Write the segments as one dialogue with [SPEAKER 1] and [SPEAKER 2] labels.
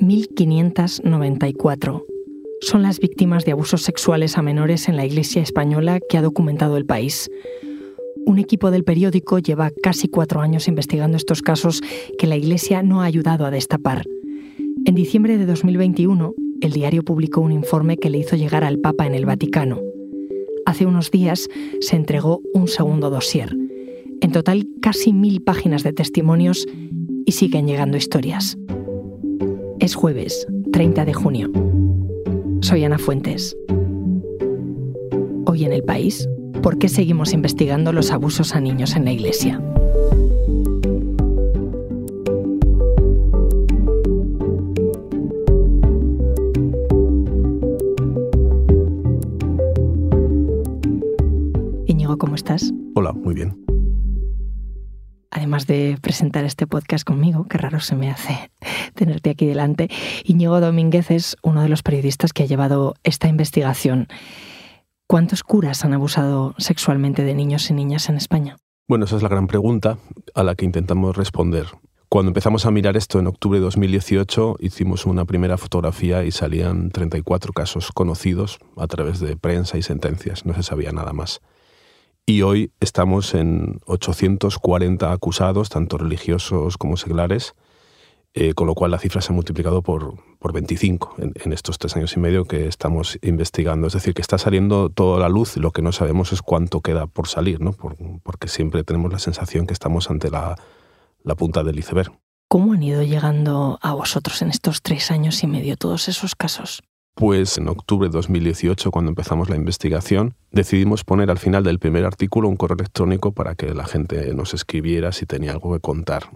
[SPEAKER 1] 1.594. Son las víctimas de abusos sexuales a menores en la Iglesia española que ha documentado El País. Un equipo del periódico lleva casi 4 años investigando estos casos que la Iglesia no ha ayudado a destapar. En diciembre de 2021, el diario publicó un informe que le hizo llegar al Papa en el Vaticano. Hace unos días se entregó un segundo dossier. En total, casi 1.000 páginas de testimonios y siguen llegando historias. Es jueves, 30 de junio. Soy Ana Fuentes. Hoy en El País, ¿por qué seguimos investigando los abusos a niños en la Iglesia? Íñigo, ¿cómo estás?
[SPEAKER 2] Hola, muy bien.
[SPEAKER 1] Además de presentar este podcast conmigo, qué raro se me hace tenerte aquí delante, Íñigo Domínguez es uno de los periodistas que ha llevado esta investigación. ¿Cuántos curas han abusado sexualmente de niños y niñas en España?
[SPEAKER 2] Bueno, esa es la gran pregunta a la que intentamos responder. Cuando empezamos a mirar esto en octubre de 2018, hicimos una primera fotografía y salían 34 casos conocidos a través de prensa y sentencias. No se sabía nada más. Y hoy estamos en 840 acusados, tanto religiosos como seglares, con lo cual la cifra se ha multiplicado por 25 en estos 3 años y medio que estamos investigando. Es decir, que está saliendo toda la luz, lo que no sabemos es cuánto queda por salir, ¿no? Porque siempre tenemos la sensación que estamos ante la punta del iceberg.
[SPEAKER 1] ¿Cómo han ido llegando a vosotros en estos 3 años y medio todos esos casos?
[SPEAKER 2] Pues en octubre de 2018, cuando empezamos la investigación, decidimos poner al final del primer artículo un correo electrónico para que la gente nos escribiera si tenía algo que contar.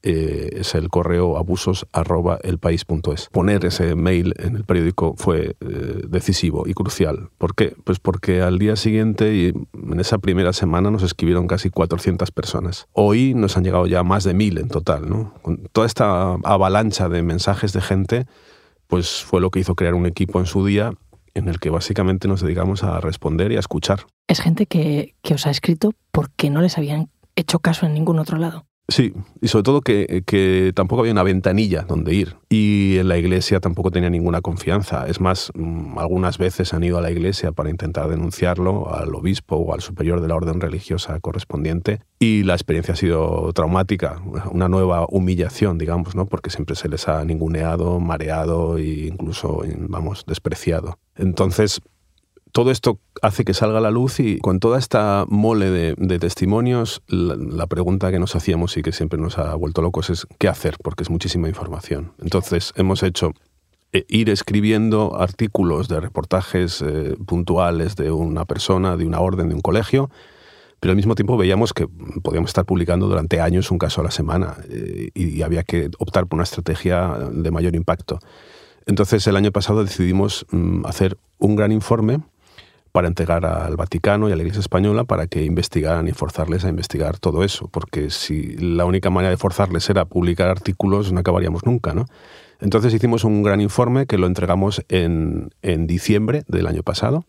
[SPEAKER 2] Es el correo abusos@elpaís.es. Poner ese mail en el periódico fue decisivo y crucial. ¿Por qué? Pues porque al día siguiente y en esa primera semana nos escribieron casi 400 personas. Hoy nos han llegado ya más de 1.000 en total, ¿no? Con toda esta avalancha de mensajes de gente, pues fue lo que hizo crear un equipo en su día en el que básicamente nos dedicamos a responder y a escuchar.
[SPEAKER 1] Es gente que os ha escrito porque no les habían hecho caso en ningún otro lado.
[SPEAKER 2] Sí, y sobre todo que tampoco había una ventanilla donde ir. Y en la iglesia tampoco tenía ninguna confianza. Es más, algunas veces han ido a la iglesia para intentar denunciarlo al obispo o al superior de la orden religiosa correspondiente. Y la experiencia ha sido traumática, una nueva humillación, digamos, ¿no? Porque siempre se les ha ninguneado, mareado e incluso, despreciado. Entonces, todo esto hace que salga a la luz y con toda esta mole de testimonios, la pregunta que nos hacíamos y que siempre nos ha vuelto locos es ¿qué hacer? Porque es muchísima información. Entonces hemos hecho ir escribiendo artículos de reportajes puntuales de una persona, de una orden, de un colegio, pero al mismo tiempo veíamos que podíamos estar publicando durante años un caso a la semana y había que optar por una estrategia de mayor impacto. Entonces el año pasado decidimos hacer un gran informe para entregar al Vaticano y a la Iglesia Española para que investigaran y forzarles a investigar todo eso, porque si la única manera de forzarles era publicar artículos no acabaríamos nunca, ¿no? Entonces hicimos un gran informe que lo entregamos en diciembre del año pasado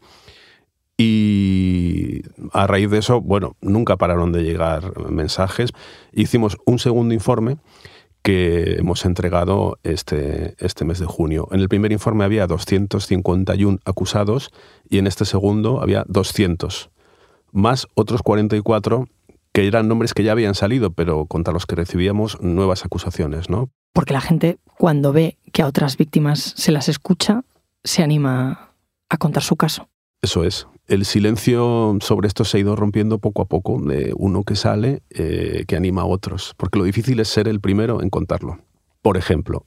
[SPEAKER 2] y a raíz de eso, nunca pararon de llegar mensajes. Hicimos un segundo informe que hemos entregado este mes de junio. En el primer informe había 251 acusados y en este segundo había 200, más otros 44 que eran nombres que ya habían salido, pero contra los que recibíamos nuevas acusaciones, ¿no?
[SPEAKER 1] Porque la gente, cuando ve que a otras víctimas se las escucha, se anima a contar su caso.
[SPEAKER 2] Eso es. El silencio sobre esto se ha ido rompiendo poco a poco, de uno que sale, que anima a otros. Porque lo difícil es ser el primero en contarlo. Por ejemplo,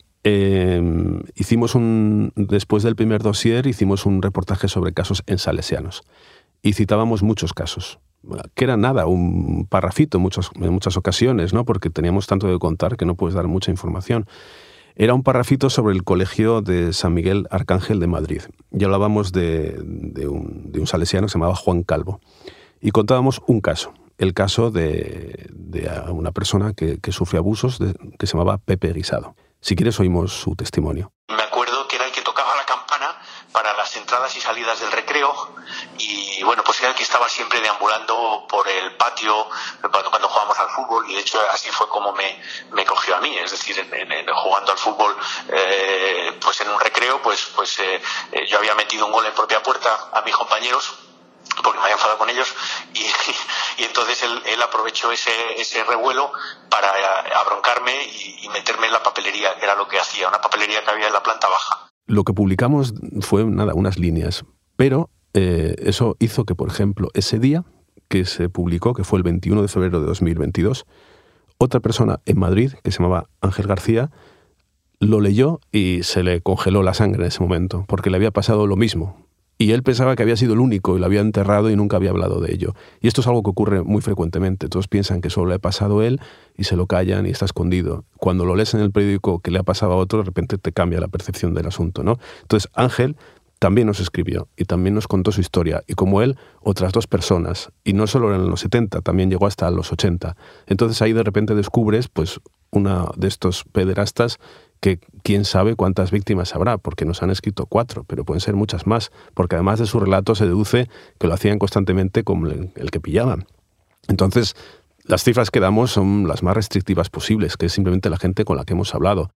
[SPEAKER 2] después del primer dossier, hicimos un reportaje sobre casos en salesianos. Y citábamos muchos casos, que era nada, un parrafito en muchas ocasiones, ¿no? Porque teníamos tanto de contar que no puedes dar mucha información. Era un parrafito sobre el colegio de San Miguel Arcángel de Madrid. Y hablábamos de un salesiano que se llamaba Juan Calvo. Y contábamos un caso, el caso de una persona que sufre abusos, que se llamaba Pepe Guisado. Si quieres, oímos su testimonio.
[SPEAKER 3] Me acuerdo que era el que tocaba la campana para las entradas y salidas del recreo y bueno, pues era el que estaba siempre deambulando por el patio cuando jugábamos al fútbol, y de hecho así fue como me cogió a mí, es decir, jugando al fútbol, pues en un recreo, yo había metido un gol en propia puerta a mis compañeros, porque me había enfadado con ellos, y entonces él aprovechó ese revuelo para abroncarme y meterme en la papelería, que era lo que hacía, una papelería que había en la planta baja.
[SPEAKER 2] Lo que publicamos fue unas líneas, pero eso hizo que, por ejemplo, ese día que se publicó, que fue el 21 de febrero de 2022, otra persona en Madrid, que se llamaba Ángel García, lo leyó y se le congeló la sangre en ese momento, porque le había pasado lo mismo. Y él pensaba que había sido el único y lo había enterrado y nunca había hablado de ello. Y esto es algo que ocurre muy frecuentemente. Todos piensan que solo le ha pasado a él y se lo callan y está escondido. Cuando lo lees en el periódico que le ha pasado a otro, de repente te cambia la percepción del asunto, ¿no? Entonces Ángel también nos escribió y también nos contó su historia. Y como él, otras 2 personas. Y no solo en los 70, también llegó hasta los 80. Entonces ahí de repente descubres pues una de estos pederastas que quién sabe cuántas víctimas habrá, porque nos han escrito 4, pero pueden ser muchas más, porque además de su relato se deduce que lo hacían constantemente como el que pillaban. Entonces, las cifras que damos son las más restrictivas posibles, que es simplemente la gente con la que hemos hablado.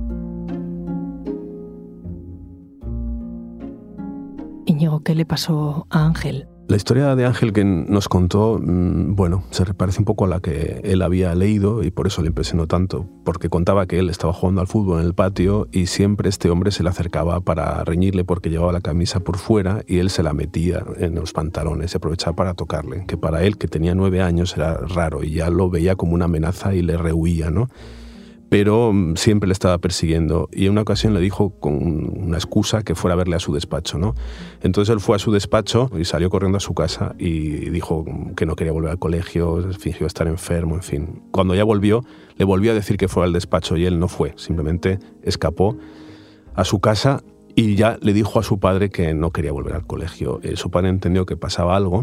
[SPEAKER 1] Íñigo, ¿qué le pasó a Ángel?
[SPEAKER 2] La historia de Ángel que nos contó, se parece un poco a la que él había leído y por eso le impresionó tanto, porque contaba que él estaba jugando al fútbol en el patio y siempre este hombre se le acercaba para reñirle porque llevaba la camisa por fuera y él se la metía en los pantalones y aprovechaba para tocarle, que para él, que tenía 9 años, era raro y ya lo veía como una amenaza y le rehuía, ¿no? Pero siempre le estaba persiguiendo y en una ocasión le dijo con una excusa que fuera a verle a su despacho, ¿no? Entonces él fue a su despacho y salió corriendo a su casa y dijo que no quería volver al colegio, fingió estar enfermo, en fin. Cuando ya volvió, le volvió a decir que fuera al despacho y él no fue, simplemente escapó a su casa y ya le dijo a su padre que no quería volver al colegio. Su padre entendió que pasaba algo.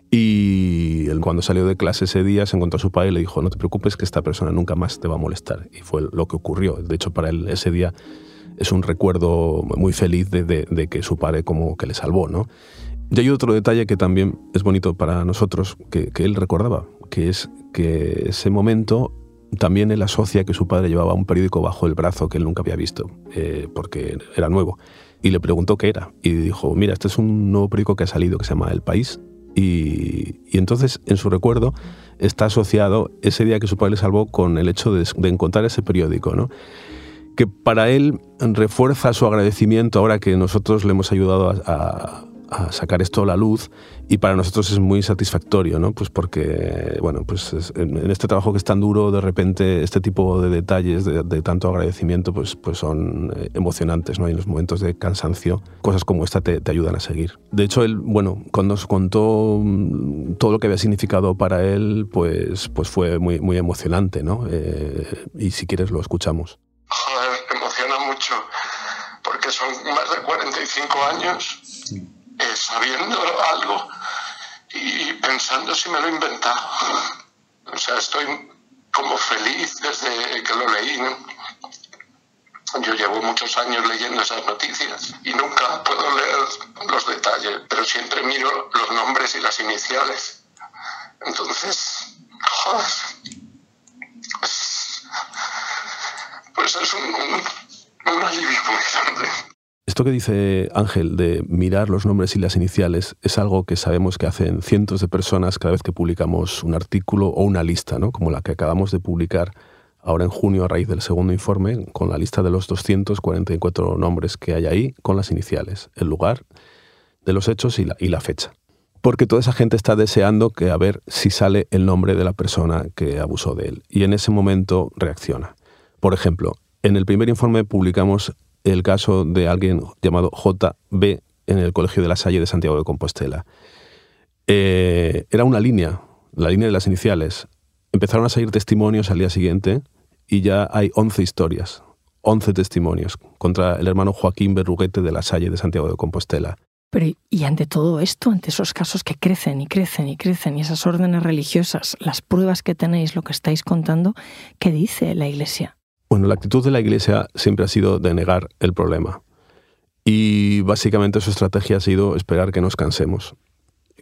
[SPEAKER 2] Y cuando salió de clase ese día se encontró a su padre y le dijo: no te preocupes, que esta persona nunca más te va a molestar. Y fue lo que ocurrió. De hecho, para él ese día es un recuerdo muy feliz de que su padre como que le salvó, ¿no? Y hay otro detalle que también es bonito para nosotros, que él recordaba, que es que ese momento también él asocia que su padre llevaba un periódico bajo el brazo que él nunca había visto, porque era nuevo. Y le preguntó qué era. Y dijo: mira, este es un nuevo periódico que ha salido que se llama El País. Y entonces, en su recuerdo, está asociado ese día que su padre le salvó con el hecho de encontrar ese periódico, ¿no? Que para él refuerza su agradecimiento ahora que nosotros le hemos ayudado a sacar esto a la luz, y para nosotros es muy satisfactorio, ¿no? Pues porque, en este trabajo que es tan duro, de repente este tipo de detalles de tanto agradecimiento pues son emocionantes, ¿no? Y en los momentos de cansancio, cosas como esta te ayudan a seguir. De hecho, él, cuando nos contó todo lo que había significado para él, pues fue muy, muy emocionante, ¿no? Y si quieres lo escuchamos.
[SPEAKER 4] Joder, emociona mucho, porque son más de 45 años sabiendo algo y pensando si me lo he inventado. O sea, estoy como feliz desde que lo leí, ¿no? Yo llevo muchos años leyendo esas noticias y nunca puedo leer los detalles, pero siempre miro los nombres y las iniciales. Entonces, joder, pues es un alivio muy grande.
[SPEAKER 2] Esto que dice Ángel de mirar los nombres y las iniciales es algo que sabemos que hacen cientos de personas cada vez que publicamos un artículo o una lista, ¿no? Como la que acabamos de publicar ahora en junio a raíz del segundo informe, con la lista de los 244 nombres que hay ahí, con las iniciales, el lugar de los hechos y la fecha. Porque toda esa gente está deseando que a ver si sale el nombre de la persona que abusó de él. Y en ese momento reacciona. Por ejemplo, en el primer informe publicamos el caso de alguien llamado J.B. en el Colegio de la Salle de Santiago de Compostela. Era una línea, la línea de las iniciales. Empezaron a salir testimonios al día siguiente y ya hay 11 historias, 11 testimonios contra el hermano Joaquín Berruguete de la Salle de Santiago de Compostela.
[SPEAKER 1] Pero y ante todo esto, ante esos casos que crecen y crecen y crecen, y esas órdenes religiosas, las pruebas que tenéis, lo que estáis contando, ¿qué dice la Iglesia?
[SPEAKER 2] Bueno, la actitud de la Iglesia siempre ha sido de negar el problema. Y básicamente su estrategia ha sido esperar que nos cansemos.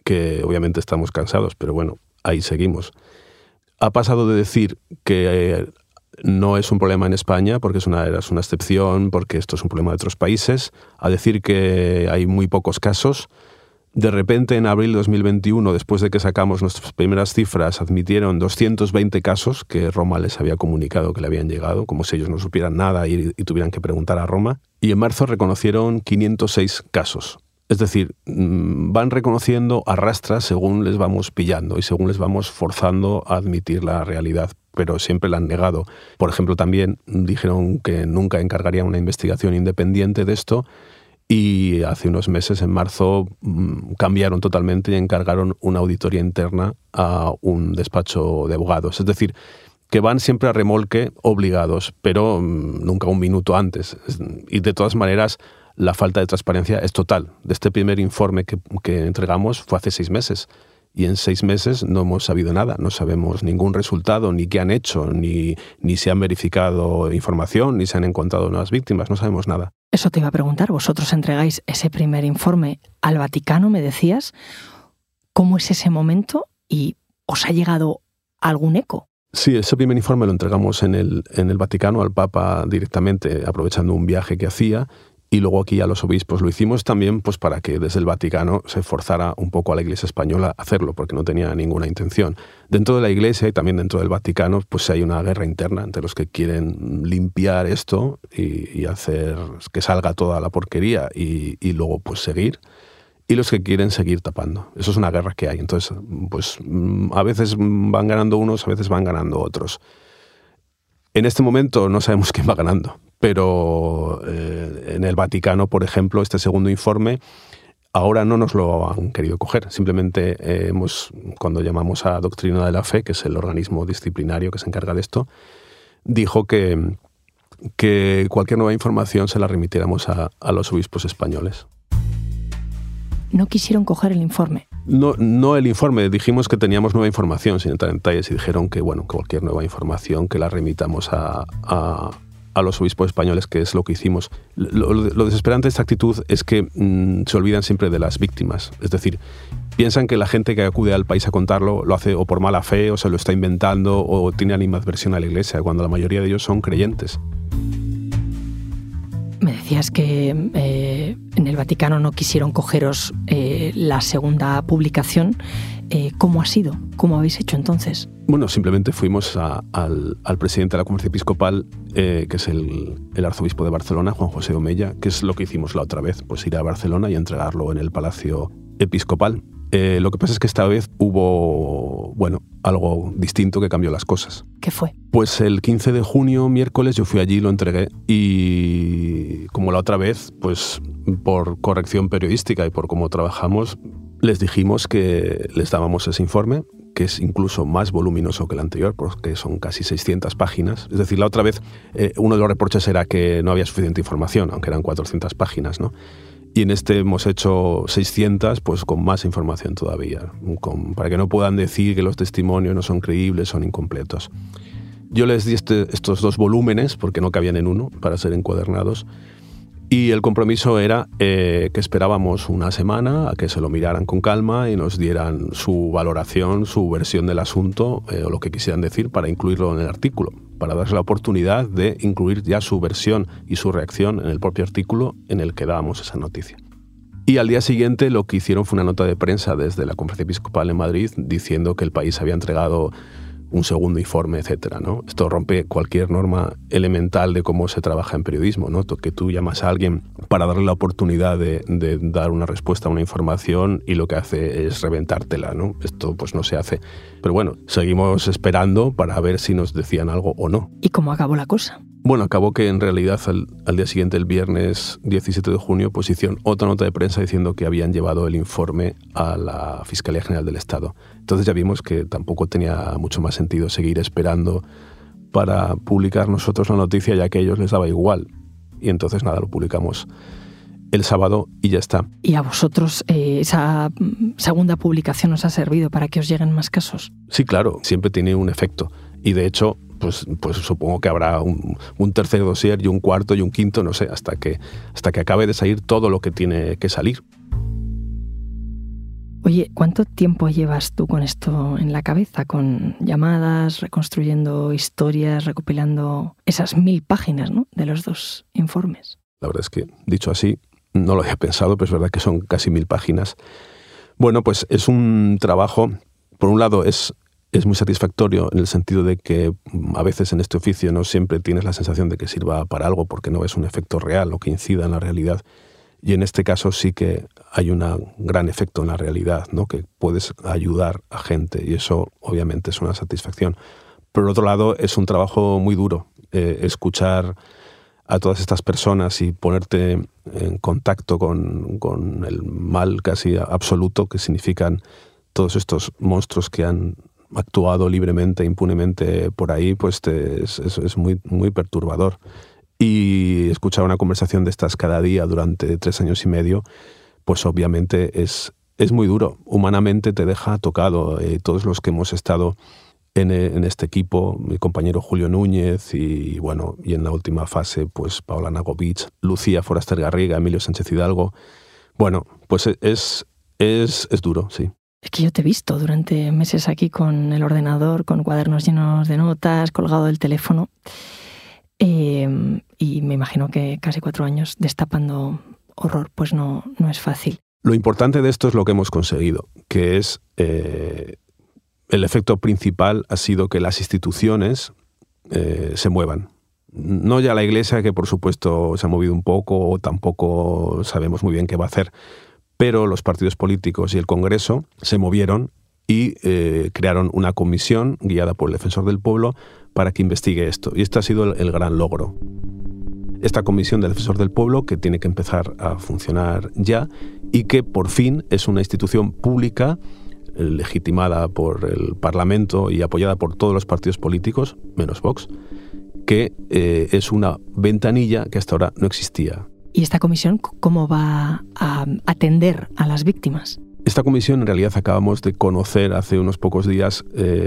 [SPEAKER 2] que obviamente estamos cansados, pero bueno, ahí seguimos. Ha pasado de decir que no es un problema en España, porque es una excepción, porque esto es un problema de otros países, a decir que hay muy pocos casos. De repente, en abril de 2021, después de que sacamos nuestras primeras cifras, admitieron 220 casos que Roma les había comunicado que le habían llegado, como si ellos no supieran nada y tuvieran que preguntar a Roma. Y en marzo reconocieron 506 casos. Es decir, van reconociendo a rastras según les vamos pillando y según les vamos forzando a admitir la realidad, pero siempre la han negado. Por ejemplo, también dijeron que nunca encargarían una investigación independiente de esto, y hace unos meses, en marzo, cambiaron totalmente y encargaron una auditoría interna a un despacho de abogados. Es decir, que van siempre a remolque obligados, pero nunca un minuto antes. Y de todas maneras, la falta de transparencia es total. De este primer informe que entregamos fue hace 6 meses. Y en 6 meses no hemos sabido nada, no sabemos ningún resultado, ni qué han hecho, ni se han verificado información, ni se han encontrado nuevas víctimas, no sabemos nada.
[SPEAKER 1] Eso te iba a preguntar, vosotros entregáis ese primer informe al Vaticano, me decías. ¿Cómo es ese momento y os ha llegado algún eco?
[SPEAKER 2] Sí, ese primer informe lo entregamos en el Vaticano al Papa directamente, aprovechando un viaje que hacía. Y luego aquí a los obispos lo hicimos también pues para que desde el Vaticano se forzara un poco a la Iglesia española a hacerlo, porque no tenía ninguna intención. Dentro de la Iglesia y también dentro del Vaticano pues hay una guerra interna entre los que quieren limpiar esto y hacer que salga toda la porquería y luego pues seguir, y los que quieren seguir tapando. Eso es una guerra que hay. Entonces pues a veces van ganando unos, a veces van ganando otros. En este momento no sabemos quién va ganando, pero en el Vaticano, por ejemplo, este segundo informe ahora no nos lo han querido coger. Simplemente cuando llamamos a Doctrina de la Fe, que es el organismo disciplinario que se encarga de esto, dijo que cualquier nueva información se la remitiéramos a los obispos españoles.
[SPEAKER 1] No quisieron coger el informe.
[SPEAKER 2] No el informe, dijimos que teníamos nueva información sin entrar en detalles, y dijeron que cualquier nueva información que la remitamos a los obispos españoles, que es lo que hicimos. Lo desesperante de esta actitud es que se olvidan siempre de las víctimas. Es decir, piensan que la gente que acude al país a contarlo lo hace o por mala fe, o se lo está inventando, o tiene animadversión a la Iglesia, cuando la mayoría de ellos son creyentes.
[SPEAKER 1] Me decías que en el Vaticano no quisieron cogeros la segunda publicación. ¿Cómo ha sido? ¿Cómo habéis hecho entonces?
[SPEAKER 2] Bueno, simplemente fuimos al presidente de la Conferencia Episcopal, que es el arzobispo de Barcelona, Juan José Omella, que es lo que hicimos la otra vez, pues ir a Barcelona y entregarlo en el Palacio Episcopal. Lo que pasa es que esta vez hubo, algo distinto que cambió las cosas.
[SPEAKER 1] ¿Qué fue?
[SPEAKER 2] Pues el 15 de junio, miércoles, yo fui allí, lo entregué, y como la otra vez, pues por corrección periodística y por cómo trabajamos, les dijimos que les dábamos ese informe, que es incluso más voluminoso que el anterior, porque son casi 600 páginas. Es decir, la otra vez uno de los reproches era que no había suficiente información, aunque eran 400 páginas, ¿no? Y en este hemos hecho 600, pues con más información todavía, para que no puedan decir que los testimonios no son creíbles, son incompletos. Yo les di estos 2 volúmenes, porque no cabían en uno, para ser encuadernados, y el compromiso era que esperábamos una semana a que se lo miraran con calma y nos dieran su valoración, su versión del asunto, o lo que quisieran decir, para incluirlo en el artículo, para darles la oportunidad de incluir ya su versión y su reacción en el propio artículo en el que dábamos esa noticia. Y al día siguiente lo que hicieron fue una nota de prensa desde la Conferencia Episcopal en Madrid diciendo que el país había entregado un segundo informe, etcétera, ¿no? Esto rompe cualquier norma elemental de cómo se trabaja en periodismo, ¿no? Que tú llamas a alguien para darle la oportunidad de dar una respuesta a una información y lo que hace es reventártela, ¿no? Esto pues no se hace. Pero bueno, seguimos esperando para ver si nos decían algo o no.
[SPEAKER 1] ¿Y cómo acabó la cosa?
[SPEAKER 2] Bueno, acabó que en realidad al día siguiente, el viernes 17 de junio, pues hicieron otra nota de prensa diciendo que habían llevado el informe a la Fiscalía General del Estado. Entonces ya vimos que tampoco tenía mucho más sentido seguir esperando para publicar nosotros la noticia, ya que a ellos les daba igual. Y entonces nada, lo publicamos el sábado y ya está.
[SPEAKER 1] ¿Y a vosotros esa segunda publicación os ha servido para que os lleguen más casos?
[SPEAKER 2] Sí, claro, siempre tiene un efecto. Y de hecho, pues supongo que habrá un tercer dossier y un cuarto y un quinto, no sé, hasta que acabe de salir todo lo que tiene que salir.
[SPEAKER 1] Oye, ¿cuánto tiempo llevas tú con esto en la cabeza? Con llamadas, reconstruyendo historias, recopilando esas 1000 páginas, ¿no?, de los 2 informes.
[SPEAKER 2] La verdad es que, dicho así, no lo había pensado, pero es verdad que son casi 1000 páginas. Bueno, pues es un trabajo, por un lado es muy satisfactorio en el sentido de que a veces en este oficio no siempre tienes la sensación de que sirva para algo porque no es un efecto real o que incida en la realidad. Y en este caso sí que hay un gran efecto en la realidad, ¿no?, que puedes ayudar a gente y eso obviamente es una satisfacción. Por otro lado, es un trabajo muy duro, escuchar a todas estas personas y ponerte en contacto con el mal casi absoluto que significan todos estos monstruos que han actuado libremente, impunemente por ahí, pues es muy, muy perturbador. Y escuchar una conversación de estas cada día durante 3 años y medio, pues obviamente es muy duro. Humanamente te deja tocado. Todos los que hemos estado en este equipo, mi compañero Julio Núñez y en la última fase, pues Paola Nagovich, Lucía Foraster Garriga, Emilio Sánchez Hidalgo. Bueno, pues es duro, sí.
[SPEAKER 1] Es que yo te he visto durante meses aquí con el ordenador, con cuadernos llenos de notas, colgado del teléfono. Y me imagino que casi 4 años destapando horror, pues no es fácil.
[SPEAKER 2] Lo importante de esto es lo que hemos conseguido, que es el efecto principal ha sido que las instituciones se muevan. No ya la Iglesia, que por supuesto se ha movido un poco, o tampoco sabemos muy bien qué va a hacer, pero los partidos políticos y el Congreso se movieron y crearon una comisión guiada por el Defensor del Pueblo para que investigue esto. Y este ha sido el gran logro. Esta comisión del Defensor del Pueblo, que tiene que empezar a funcionar ya y que por fin es una institución pública legitimada por el Parlamento y apoyada por todos los partidos políticos, menos Vox, que es una ventanilla que hasta ahora no existía.
[SPEAKER 1] ¿Y esta comisión cómo va a atender a las víctimas?
[SPEAKER 2] Esta comisión en realidad acabamos de conocer hace unos pocos días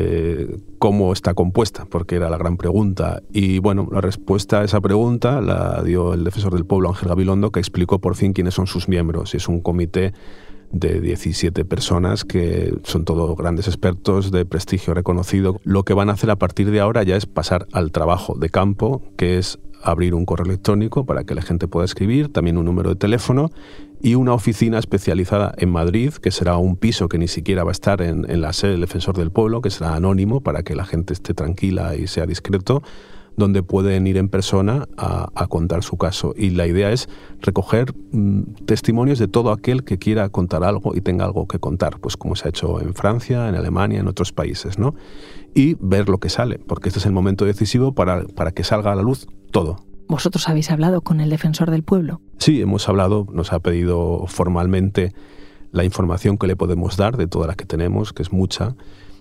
[SPEAKER 2] cómo está compuesta, porque era la gran pregunta. Y bueno, la respuesta a esa pregunta la dio el Defensor del Pueblo, Ángel Gabilondo, que explicó por fin quiénes son sus miembros. Y es un comité de 17 personas que son todos grandes expertos de prestigio reconocido. Lo que van a hacer a partir de ahora ya es pasar al trabajo de campo, que es abrir un correo electrónico para que la gente pueda escribir, también un número de teléfono y una oficina especializada en Madrid, que será un piso que ni siquiera va a estar en la sede del Defensor del Pueblo, que será anónimo para que la gente esté tranquila y sea discreto, donde pueden ir en persona a contar su caso. Y la idea es recoger testimonios de todo aquel que quiera contar algo y tenga algo que contar, pues como se ha hecho en Francia, en Alemania, en otros países, ¿no? Y ver lo que sale, porque este es el momento decisivo para que salga a la luz todo.
[SPEAKER 1] ¿Vosotros habéis hablado con el Defensor del Pueblo?
[SPEAKER 2] Sí, hemos hablado, nos ha pedido formalmente la información que le podemos dar de toda la que tenemos, que es mucha,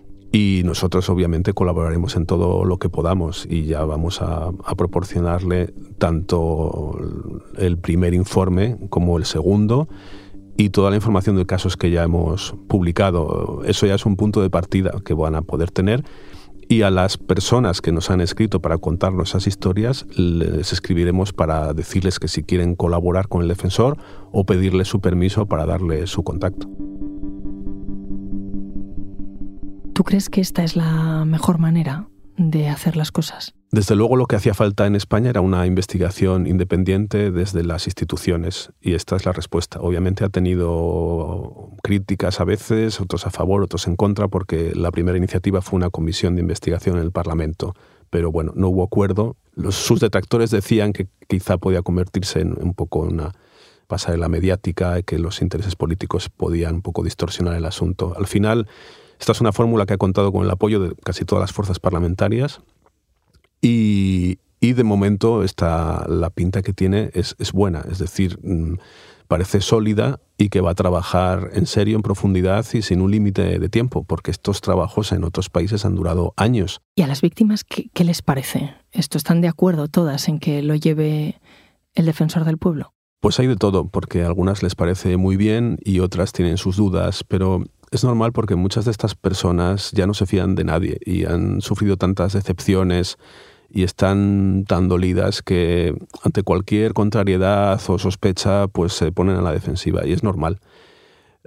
[SPEAKER 2] y nosotros obviamente colaboraremos en todo lo que podamos y ya vamos a proporcionarle tanto el primer informe como el segundo y toda la información de casos que ya hemos publicado. Eso ya es un punto de partida que van a poder tener. Y a las personas que nos han escrito para contarnos esas historias, les escribiremos para decirles que si quieren colaborar con el defensor o pedirles su permiso para darle su contacto.
[SPEAKER 1] ¿Tú crees que esta es la mejor manera de hacer las cosas?
[SPEAKER 2] Desde luego lo que hacía falta en España era una investigación independiente desde las instituciones y esta es la respuesta. Obviamente ha tenido críticas a veces, otros a favor, otros en contra, porque la primera iniciativa fue una comisión de investigación en el Parlamento, pero bueno, no hubo acuerdo. Sus detractores decían que quizá podía convertirse en un poco una pasarela mediática y que los intereses políticos podían un poco distorsionar el asunto. Al final, esta es una fórmula que ha contado con el apoyo de casi todas las fuerzas parlamentarias y de momento la pinta que tiene es buena, es decir, parece sólida y que va a trabajar en serio, en profundidad y sin un límite de tiempo, porque estos trabajos en otros países han durado años.
[SPEAKER 1] ¿Y a las víctimas qué les parece? ¿Están de acuerdo todas en que lo lleve el Defensor del Pueblo?
[SPEAKER 2] Pues hay de todo, porque a algunas les parece muy bien y otras tienen sus dudas, pero es normal porque muchas de estas personas ya no se fían de nadie y han sufrido tantas decepciones y están tan dolidas que ante cualquier contrariedad o sospecha pues se ponen a la defensiva y es normal.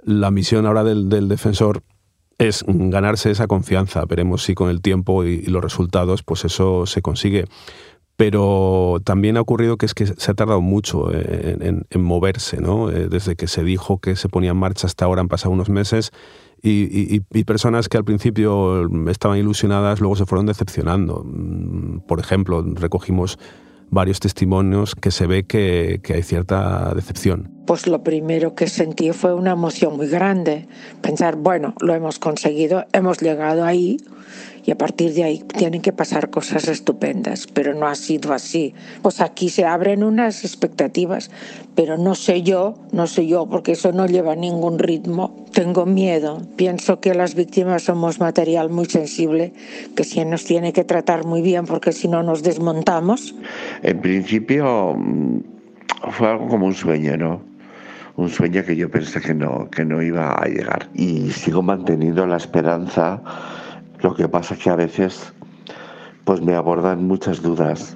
[SPEAKER 2] La misión ahora del defensor es ganarse esa confianza. Veremos si con el tiempo y los resultados pues eso se consigue. Pero también ha ocurrido que es que se ha tardado mucho en moverse, ¿no? Desde que se dijo que se ponía en marcha hasta ahora han pasado unos meses y personas que al principio estaban ilusionadas luego se fueron decepcionando. Por ejemplo, recogimos varios testimonios que se ve que hay cierta decepción.
[SPEAKER 5] Pues lo primero que sentí fue una emoción muy grande. Pensar, bueno, lo hemos conseguido, hemos llegado ahí y a partir de ahí tienen que pasar cosas estupendas, pero no ha sido así. Pues aquí se abren unas expectativas, pero no sé yo, porque eso no lleva ningún ritmo. Tengo miedo, pienso que las víctimas somos material muy sensible, que se nos tiene que tratar muy bien porque si no nos desmontamos.
[SPEAKER 6] En principio fue algo como un sueño, ¿no? Un sueño que yo pensé que no iba a llegar. Y sigo manteniendo la esperanza. Lo que pasa es que a veces pues me abordan muchas dudas.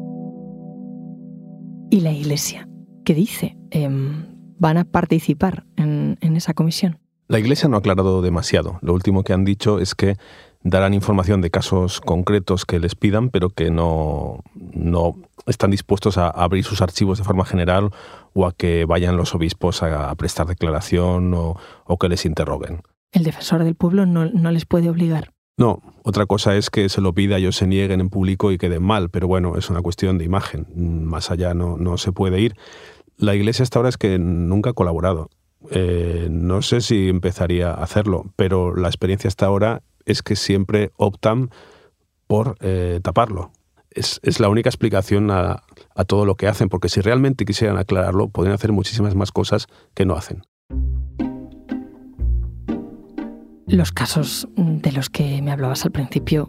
[SPEAKER 1] ¿Y la Iglesia qué dice? ¿Van a participar en esa comisión?
[SPEAKER 2] La Iglesia no ha aclarado demasiado. Lo último que han dicho es que darán información de casos concretos que les pidan, pero que no están dispuestos a abrir sus archivos de forma general o a que vayan los obispos a prestar declaración o que les interroguen.
[SPEAKER 1] ¿El defensor del pueblo no les puede obligar?
[SPEAKER 2] No, otra cosa es que se lo pida, ellos se nieguen en público y queden mal, pero bueno, es una cuestión de imagen. Más allá no se puede ir. La Iglesia hasta ahora es que nunca ha colaborado. No sé si empezaría a hacerlo, pero la experiencia hasta ahora es que siempre optan por taparlo. Es la única explicación a todo lo que hacen, porque si realmente quisieran aclararlo, podrían hacer muchísimas más cosas que no hacen.
[SPEAKER 1] Los casos de los que me hablabas al principio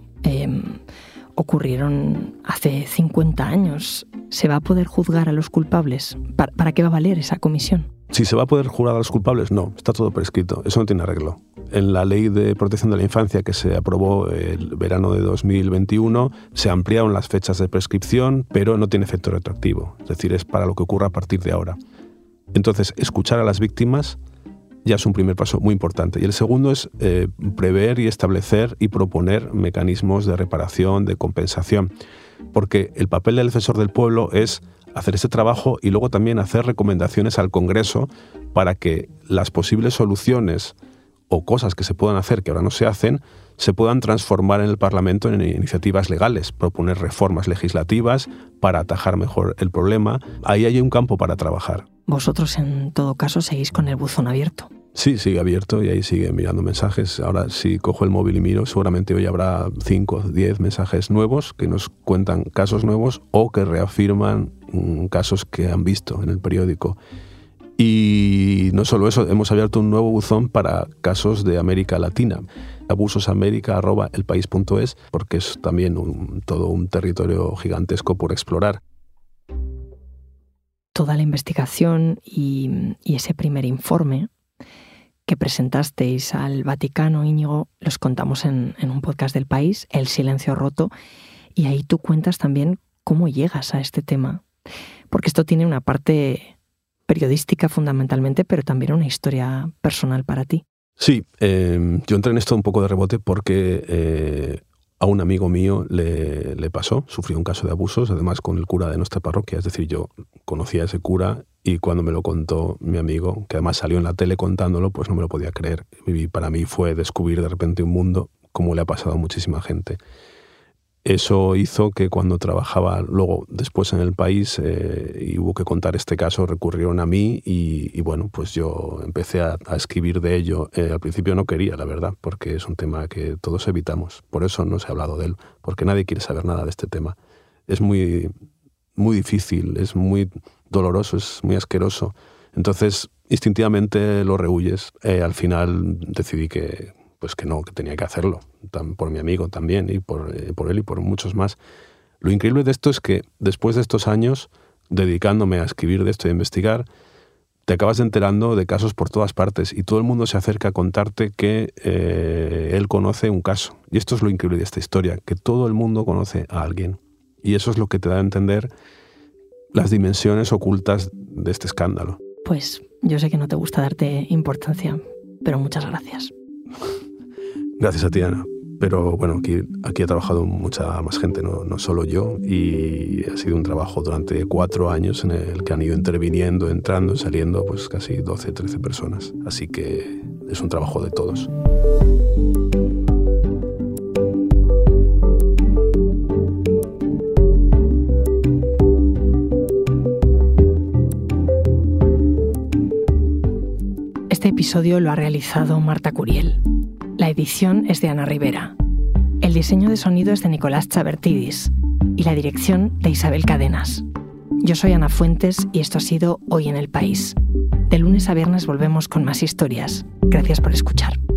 [SPEAKER 1] ocurrieron hace 50 años. ¿Se va a poder juzgar a los culpables? ¿Para qué va a valer esa comisión?
[SPEAKER 2] Si se va a poder juzgar a los culpables, no, está todo prescrito, eso no tiene arreglo. En la Ley de Protección de la Infancia que se aprobó el verano de 2021 se ampliaron las fechas de prescripción, pero no tiene efecto retroactivo, es decir, es para lo que ocurra a partir de ahora. Entonces, escuchar a las víctimas ya es un primer paso muy importante. Y el segundo es prever y establecer y proponer mecanismos de reparación, de compensación, porque el papel del defensor del pueblo es hacer ese trabajo y luego también hacer recomendaciones al Congreso para que las posibles soluciones o cosas que se puedan hacer que ahora no se hacen, se puedan transformar en el Parlamento en iniciativas legales, proponer reformas legislativas para atajar mejor el problema. Ahí hay un campo para trabajar.
[SPEAKER 1] Vosotros, en todo caso, seguís con el buzón abierto.
[SPEAKER 2] Sí, sigue abierto y ahí sigue mirando mensajes. Ahora, si cojo el móvil y miro, seguramente hoy habrá 5 o 10 mensajes nuevos que nos cuentan casos nuevos o que reafirman casos que han visto en el periódico. Y no solo eso, hemos abierto un nuevo buzón para casos de América Latina, abusosamerica@elpaís.es, porque es también todo un territorio gigantesco por explorar.
[SPEAKER 1] Toda la investigación y ese primer informe que presentasteis al Vaticano, Íñigo, los contamos en un podcast del País, El silencio roto, y ahí tú cuentas también cómo llegas a este tema, porque esto tiene una parte periodística fundamentalmente, pero también una historia personal para ti.
[SPEAKER 2] Sí, yo entré en esto un poco de rebote porque a un amigo mío le pasó, sufrió un caso de abusos, además con el cura de nuestra parroquia, es decir, yo conocía a ese cura y cuando me lo contó mi amigo, que además salió en la tele contándolo, pues no me lo podía creer. Y para mí fue descubrir de repente un mundo como le ha pasado a muchísima gente. Eso hizo que cuando trabajaba luego después en El País y hubo que contar este caso, recurrieron a mí y bueno, pues yo empecé a escribir de ello. Al principio no quería, la verdad, porque es un tema que todos evitamos. Por eso no se ha hablado de él, porque nadie quiere saber nada de este tema. Es muy, muy difícil, es muy doloroso, es muy asqueroso. Entonces, instintivamente lo rehuyes. Al final decidí que no, que tenía que hacerlo, por mi amigo también, y por él y por muchos más. Lo increíble de esto es que después de estos años, dedicándome a escribir de esto y a investigar, te acabas enterando de casos por todas partes y todo el mundo se acerca a contarte que él conoce un caso. Y esto es lo increíble de esta historia, que todo el mundo conoce a alguien. Y eso es lo que te da a entender las dimensiones ocultas de este escándalo.
[SPEAKER 1] Pues Yo sé que no te gusta darte importancia, pero muchas gracias.
[SPEAKER 2] Gracias a ti, Ana. Pero bueno, aquí ha trabajado mucha más gente, no solo yo, y ha sido un trabajo durante 4 años en el que han ido interviniendo, entrando, saliendo, pues casi 12, 13 personas. Así que es un trabajo de todos.
[SPEAKER 1] Este episodio lo ha realizado Marta Curiel. La edición es de Ana Rivera. El diseño de sonido es de Nicolás Chabertidis y la dirección de Isabel Cadenas. Yo soy Ana Fuentes y esto ha sido Hoy en el País. De lunes a viernes volvemos con más historias. Gracias por escuchar.